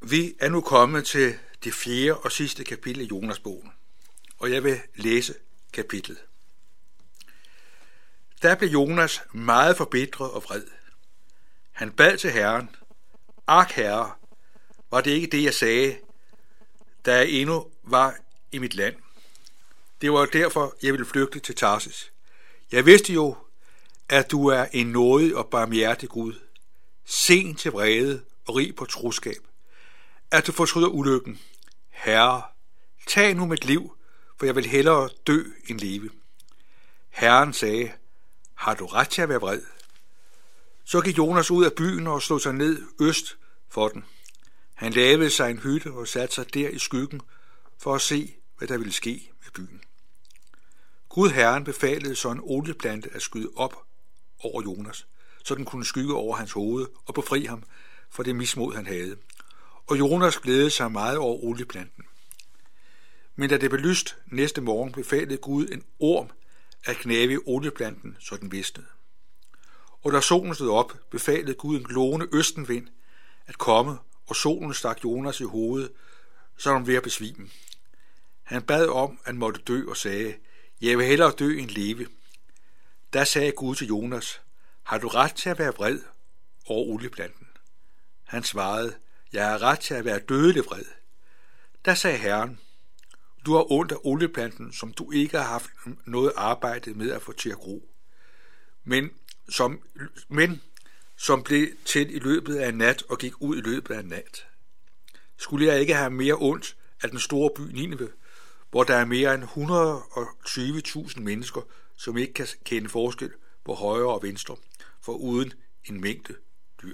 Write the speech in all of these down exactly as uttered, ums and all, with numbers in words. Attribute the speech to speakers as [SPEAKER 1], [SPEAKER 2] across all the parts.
[SPEAKER 1] Vi er nu kommet til det fjerde og sidste kapitel i Jonas-bogen, og jeg vil læse kapitlet. Der blev Jonas meget forbitret og vred. Han bad til Herren: Ak, Herre, var det ikke det, jeg sagde, da jeg endnu var i mit land? Det var derfor, jeg ville flygte til Tarsis. Jeg vidste jo, at du er en nådig og barmhjertig Gud, sen til vrede og rig på troskab, at du fortryder ulykken. Herre, tag nu mit liv, for jeg vil hellere dø end leve. Herren sagde: Har du ret til at være vred? Så gik Jonas ud af byen og slog sig ned øst for den. Han lavede sig en hytte og satte sig der i skyggen for at se, hvad der ville ske med byen. Gud Herren befalede så en olieplante at skyde op over Jonas, så den kunne skygge over hans hoved og befri ham for det mismod, han havde. Og Jonas glædede sig meget over olieplanten. Men da det blev lyst næste morgen, befalede Gud en orm at knæve i olieplanten, så den visnede. Og da solen stod op, befalede Gud en glående østenvind at komme, og solen stak Jonas i hovedet, så han var ved at besvime. Han bad om, at han måtte dø og sagde: Jeg vil hellere dø end leve. Da sagde Gud til Jonas: Har du ret til at være vred over olieplanten? Han svarede: Jeg har ret til at være dødelig vred. Da sagde Herren: Du har ondt af olieplanten, som du ikke har haft noget arbejde med at få til at gro, men som, men som blev til i løbet af en nat og gik ud i løbet af en nat. Skulle jeg ikke have mere ondt af den store by Nineve, hvor der er mere end et hundrede og tyve tusind mennesker, som ikke kan kende forskel på højre og venstre, for uden en mængde dyr.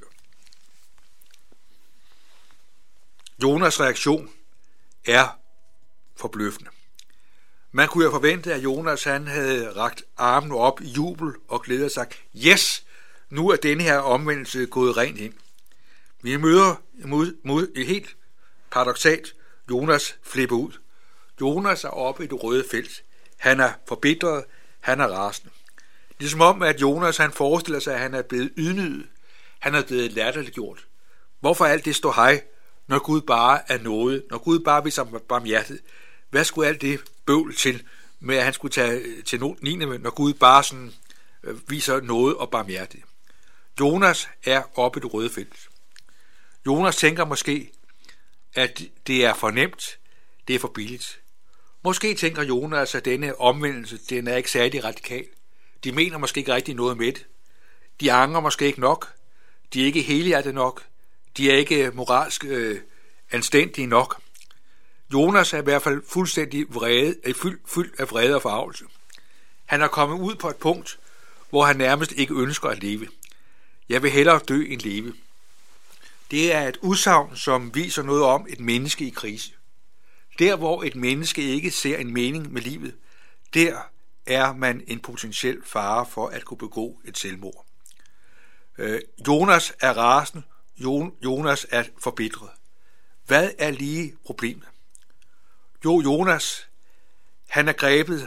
[SPEAKER 1] Jonas' reaktion er forbløffende. Man kunne have forventet, at Jonas han havde rakt armen op i jubel og glædet sig: Yes, nu er denne her omvendelse gået rent ind. Vi møder mod, mod et helt paradoksalt Jonas flipper ud. Jonas er oppe i det røde felt. Han er forbitret, han er rasende. Ligesom om, at Jonas han forestiller sig, at han er blevet ydmyget. Han er blevet latterliggjort. Hvorfor alt det står hej, når Gud bare er noget, når Gud bare viser barmhjertighed? Hvad skulle alt det bøvl til, med at han skulle tage til Nineve, når Gud bare sådan øh, viser noget og barmhjertighed? Jonas er oppe i det røde felt. Jonas tænker måske, at det er for nemt, det er for billigt. Måske tænker Jonas, at denne omvendelse, den er ikke særlig radikal. De mener måske ikke rigtig noget med det. De angrer måske ikke nok. De er ikke helhjertet nok. De er ikke moralsk øh, anstændige nok. Jonas er i hvert fald fuldstændig vrede, er fyldt, fyldt af vrede og forargelse. Han er kommet ud på et punkt, hvor han nærmest ikke ønsker at leve. Jeg vil hellere dø end leve. Det er et udsagn, som viser noget om et menneske i krise. Der, hvor et menneske ikke ser en mening med livet, der er man en potentiel fare for at kunne begå et selvmord. Øh, Jonas er rasende. Jonas er forbitret. Hvad er lige problemet? Jo, Jonas, han er grebet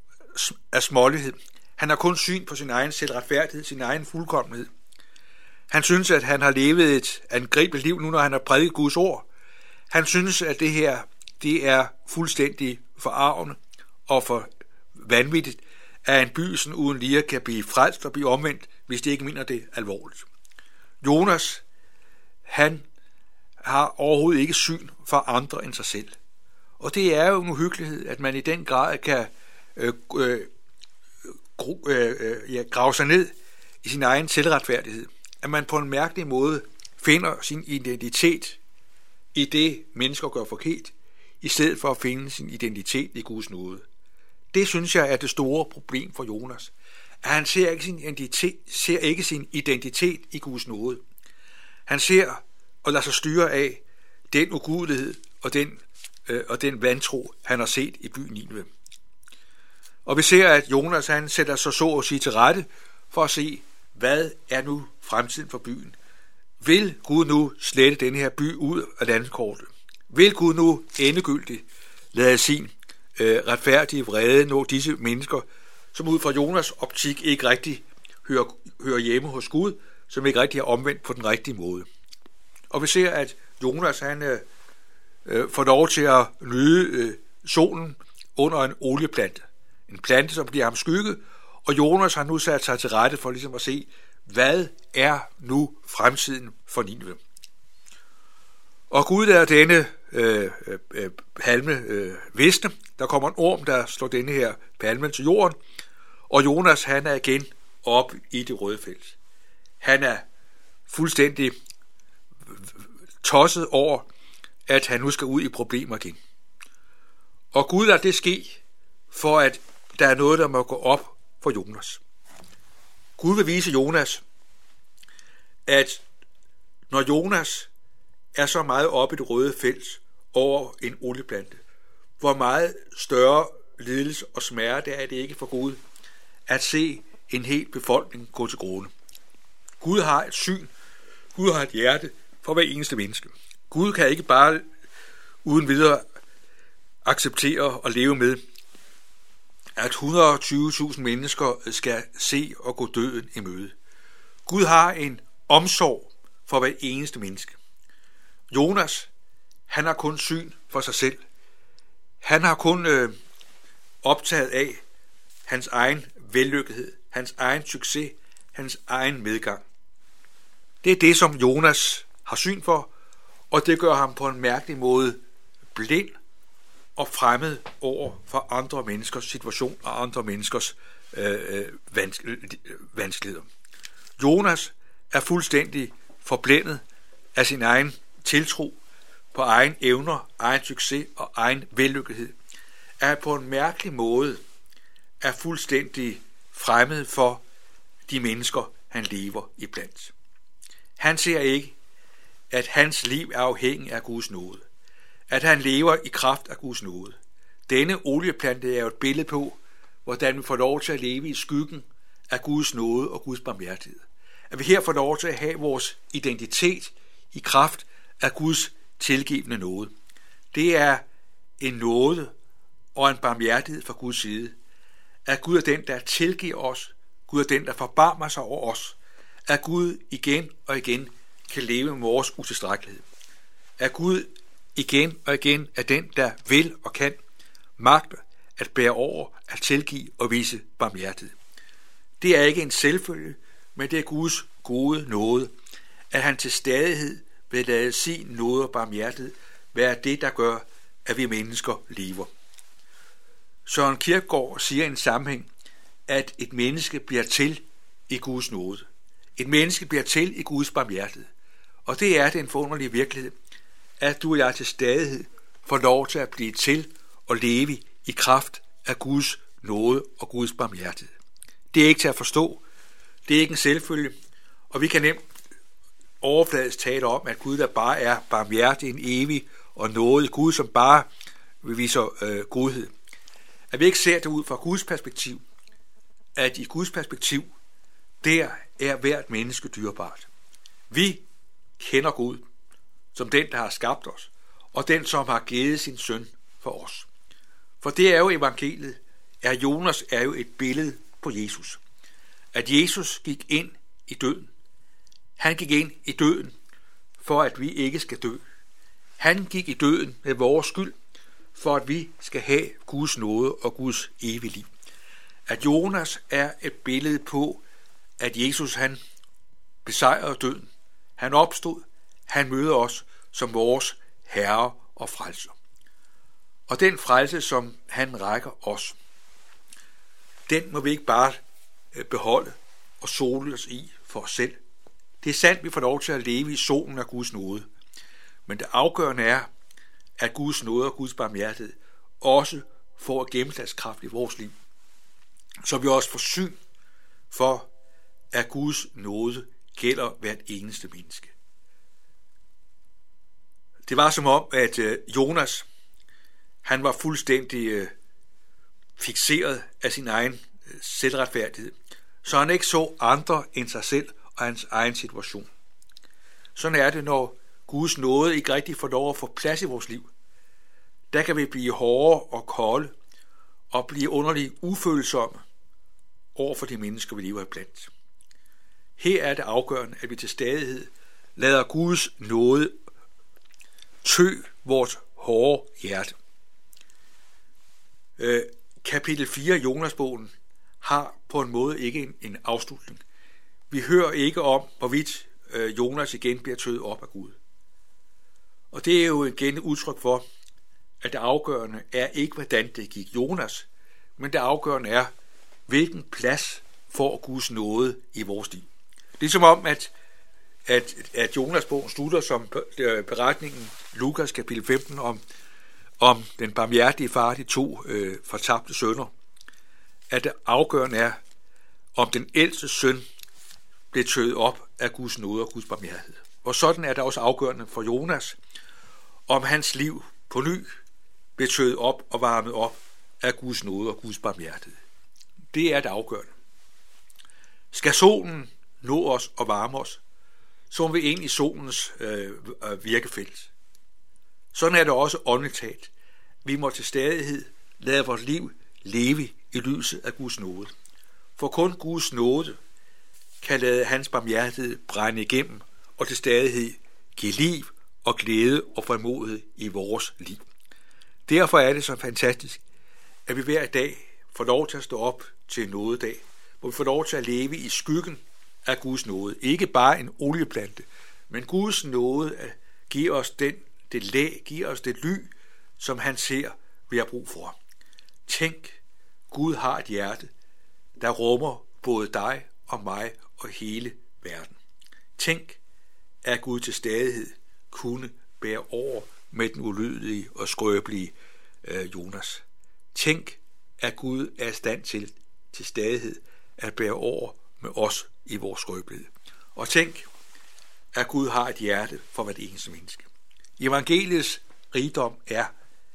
[SPEAKER 1] af smålighed. Han har kun syn på sin egen selvretfærdighed, sin egen fuldkommenhed. Han synes, at han har levet et angribeligt liv nu, når han har prædiket Guds ord. Han synes, at det her, det er fuldstændig forarvende og for vanvittigt, at en by sådan uden lige kan blive frelst og blive omvendt, hvis de ikke mener det alvorligt. Jonas, han har overhovedet ikke syn for andre end sig selv. Og det er jo en uhyggelighed, at man i den grad kan øh, øh, øh, ja, grave sig ned i sin egen selvretfærdighed. At man på en mærkelig måde finder sin identitet i det, mennesker gør forkert, i stedet for at finde sin identitet i Guds nåde. Det synes jeg er det store problem for Jonas. At han ser ikke sin identitet, ser ikke sin identitet i Guds nåde. Han ser og lader sig styre af den ugudelighed og den, øh, og den vantro, han har set i byen Nineve. Og vi ser, at Jonas han sætter sig så at sige til rette for at se, hvad er nu fremtiden for byen? Vil Gud nu slette denne her by ud af landkortet? Vil Gud nu endegyldigt lade sin øh, retfærdige vrede nå disse mennesker, som ud fra Jonas' optik ikke rigtig hører, hører hjemme hos Gud, som ikke rigtig er omvendt på den rigtige måde? Og vi ser, at Jonas han øh, øh, får lov til at nyde øh, solen under en olieplante. En plante, som bliver ham skygge, og Jonas har nu sat sig til rette for ligesom at se, hvad er nu fremtiden for Nineve. Og Gud er denne øh, øh, palme øh, visne. Der kommer en orm, der slår denne her palme til jorden, og Jonas han er igen op i det røde felt. Han er fuldstændig tosset over, at han nu skal ud i problemer igen. Og Gud lader det ske, for at der er noget, der må gå op for Jonas. Gud vil vise Jonas, at når Jonas er så meget oppe i det røde felt over en olieplante, hvor meget større lidelse og smerte er det ikke for Gud at se en hel befolkning gå til grunde. Gud har et syn, Gud har et hjerte for hver eneste menneske. Gud kan ikke bare uden videre acceptere og leve med, at et hundrede og tyve tusind mennesker skal se og gå døden i møde. Gud har en omsorg for hver eneste menneske. Jonas, han har kun syn for sig selv. Han har kun øh, optaget af hans egen vellykkethed, hans egen succes, hans egen medgang. Det er det, som Jonas har syn for, og det gør ham på en mærkelig måde blind og fremmed over for andre menneskers situation og andre menneskers øh, vanskeligheder. Jonas er fuldstændig forblændet af sin egen tiltro på egen evner, egen succes og egen vellykkethed, er på en mærkelig måde er fuldstændig fremmed for de mennesker, han lever iblandt. Han ser ikke, at hans liv er afhængig af Guds nåde, at han lever i kraft af Guds nåde. Denne olieplante er jo et billede på, hvordan vi får lov til at leve i skyggen af Guds nåde og Guds barmhjertighed. At vi her får lov til at have vores identitet i kraft af Guds tilgivende nåde. Det er en nåde og en barmhjertighed fra Guds side. At Gud er den, der tilgiver os. Gud er den, der forbarmer sig over os. At Gud igen og igen kan leve med vores utilstrækkelighed. At Gud igen og igen er den, der vil og kan magte at bære over, at tilgive og vise barmhjertighed. Det er ikke en selvfølge, men det er Guds gode nåde, at han til stadighed vil lade sin nåde og barmhjertighed være det, der gør, at vi mennesker lever. Søren Kierkegaard siger i en sammenhæng, at et menneske bliver til i Guds nåde. Et menneske bliver til i Guds barmhjertighed. Og det er den forunderlige virkelighed, at du og jeg til stadighed får lov til at blive til og leve i kraft af Guds nåde og Guds barmhjertighed. Det er ikke til at forstå. Det er ikke en selvfølge. Og vi kan nemt overfladisk tale om, at Gud der bare er barmhjertig, en evig og nådig Gud, som bare viser øh, godhed. At vi ikke ser det ud fra Guds perspektiv, at i Guds perspektiv, der er hvert menneske dyrebart. Vi kender Gud som den, der har skabt os, og den, som har givet sin søn for os. For det er jo evangeliet, at Jonas er jo et billede på Jesus. At Jesus gik ind i døden. Han gik ind i døden, for at vi ikke skal dø. Han gik i døden med vores skyld, for at vi skal have Guds nåde og Guds evige liv. At Jonas er et billede på, at Jesus han besejrede døden. Han opstod, han møder os som vores herre og frelser. Og den frelse, som han rækker os, den må vi ikke bare beholde og sole os i for os selv. Det er sandt, vi får lov til at leve i solen af Guds nåde. Men det afgørende er, at Guds nåde og Guds barmhjertighed også får gennemslagskraft i vores liv. Så vi også får syn for, at Guds nåde gælder hvert eneste menneske. Det var som om, at Jonas, han var fuldstændig fikseret af sin egen selvretfærdighed, så han ikke så andre end sig selv og hans egen situation. Sådan er det, når Guds nåde ikke rigtig får lov at få plads i vores liv. Der kan vi blive hårde og kolde og blive underligt ufølsomme over for de mennesker, vi lever iblandt. Her er det afgørende, at vi til stadighed lader Guds nåde tø vores hårde hjerte. Øh, kapitel fire i Jonasbogen har på en måde ikke en, en afslutning. Vi hører ikke om, hvorvidt øh, Jonas igen bliver tøet op af Gud. Og det er jo igen et udtryk for, at det afgørende er ikke, hvordan det gik Jonas, men det afgørende er, hvilken plads får Guds nåde i vores liv. Det er som om, at, at, at Jonasbogen slutter som beretningen Lukas kapitel femten om, om den barmhjertige far, de to øh, fortabte sønner. At det afgørende er, om den ældste søn blev tøet op af Guds nåde og Guds barmhjertighed. Og sådan er det også afgørende for Jonas, om hans liv på ny blev tøet op og varmet op af Guds nåde og Guds barmhjertighed. Det er det afgørende. Skal solen nå os og varme os, så må vi ind i solens øh, virkefelt. Sådan er det også åndeligt talt. Vi må til stadighed lade vores liv leve i lyset af Guds nåde. For kun Guds nåde kan lade hans barmhjertighed brænde igennem og til stadighed give liv og glæde og frimodighed i vores liv. Derfor er det så fantastisk, at vi hver dag får lov til at stå op til en nådedag, hvor vi får lov til at leve i skyggen af Guds nåde. Ikke bare en olieplante, men Guds nåde giver os den, det læg, giver os det ly, som han ser, vi har brug for. Tænk, Gud har et hjerte, der rummer både dig og mig og hele verden. Tænk, at Gud til stadighed kunne bære over med den ulydige og skrøbelige øh, Jonas. Tænk, at Gud er i stand til til stadighed at bære over med os i vores skrøbelighed. Og tænk, at Gud har et hjerte for hvert eneste menneske. Evangeliets rigdom er,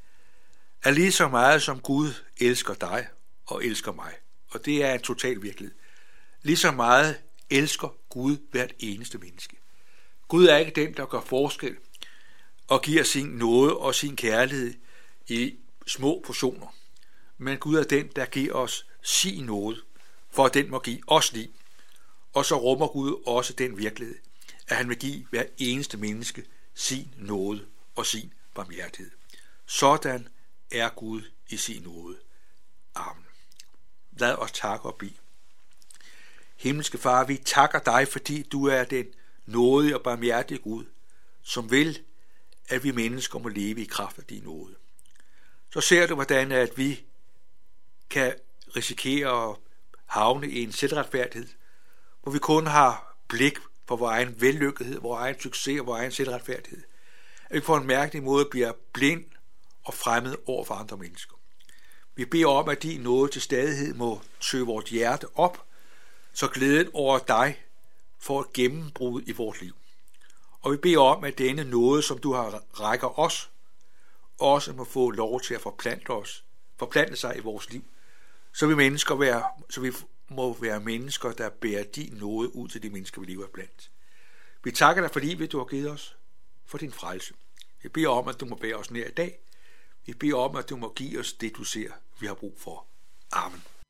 [SPEAKER 1] at lige så meget som Gud elsker dig og elsker mig, og det er en total virkelighed, lige så meget elsker Gud hvert eneste menneske. Gud er ikke den, der gør forskel og giver sin nåde og sin kærlighed i små portioner, men Gud er den, der giver os sin nåde, for at den må give os liv. Og så rummer Gud også den virkelighed, at han vil give hver eneste menneske sin nåde og sin barmhjertighed. Sådan er Gud i sin nåde. Amen. Lad os takke og bede. Himmelske Far, vi takker dig, fordi du er den nådige og barmhjertige Gud, som vil, at vi mennesker må leve i kraft af din nåde. Så ser du, hvordan at vi kan risikere at havne i en selvretfærdighed, hvor vi kun har blik for vores egen vellykkethed, vores egen succes og vores egen selvretfærdighed. At vi på en mærkelig måde bliver blind og fremmed over for andre mennesker. Vi beder om, at din nåde til stadighed må søge vores hjerte op, så glæden over dig får et gennembrud i vores liv. Og vi beder om, at denne nåde, som du har rækker os, også må få lov til at forplante os, forplante sig i vores liv, så vi mennesker være, så vi må være mennesker, der bærer din nåde ud til de mennesker, vi lever blandt. Vi takker dig for livet, du har givet os, for din frelse. Vi beder om, at du må bære os ned i dag. Vi beder om, at du må give os det, du ser, vi har brug for. Amen.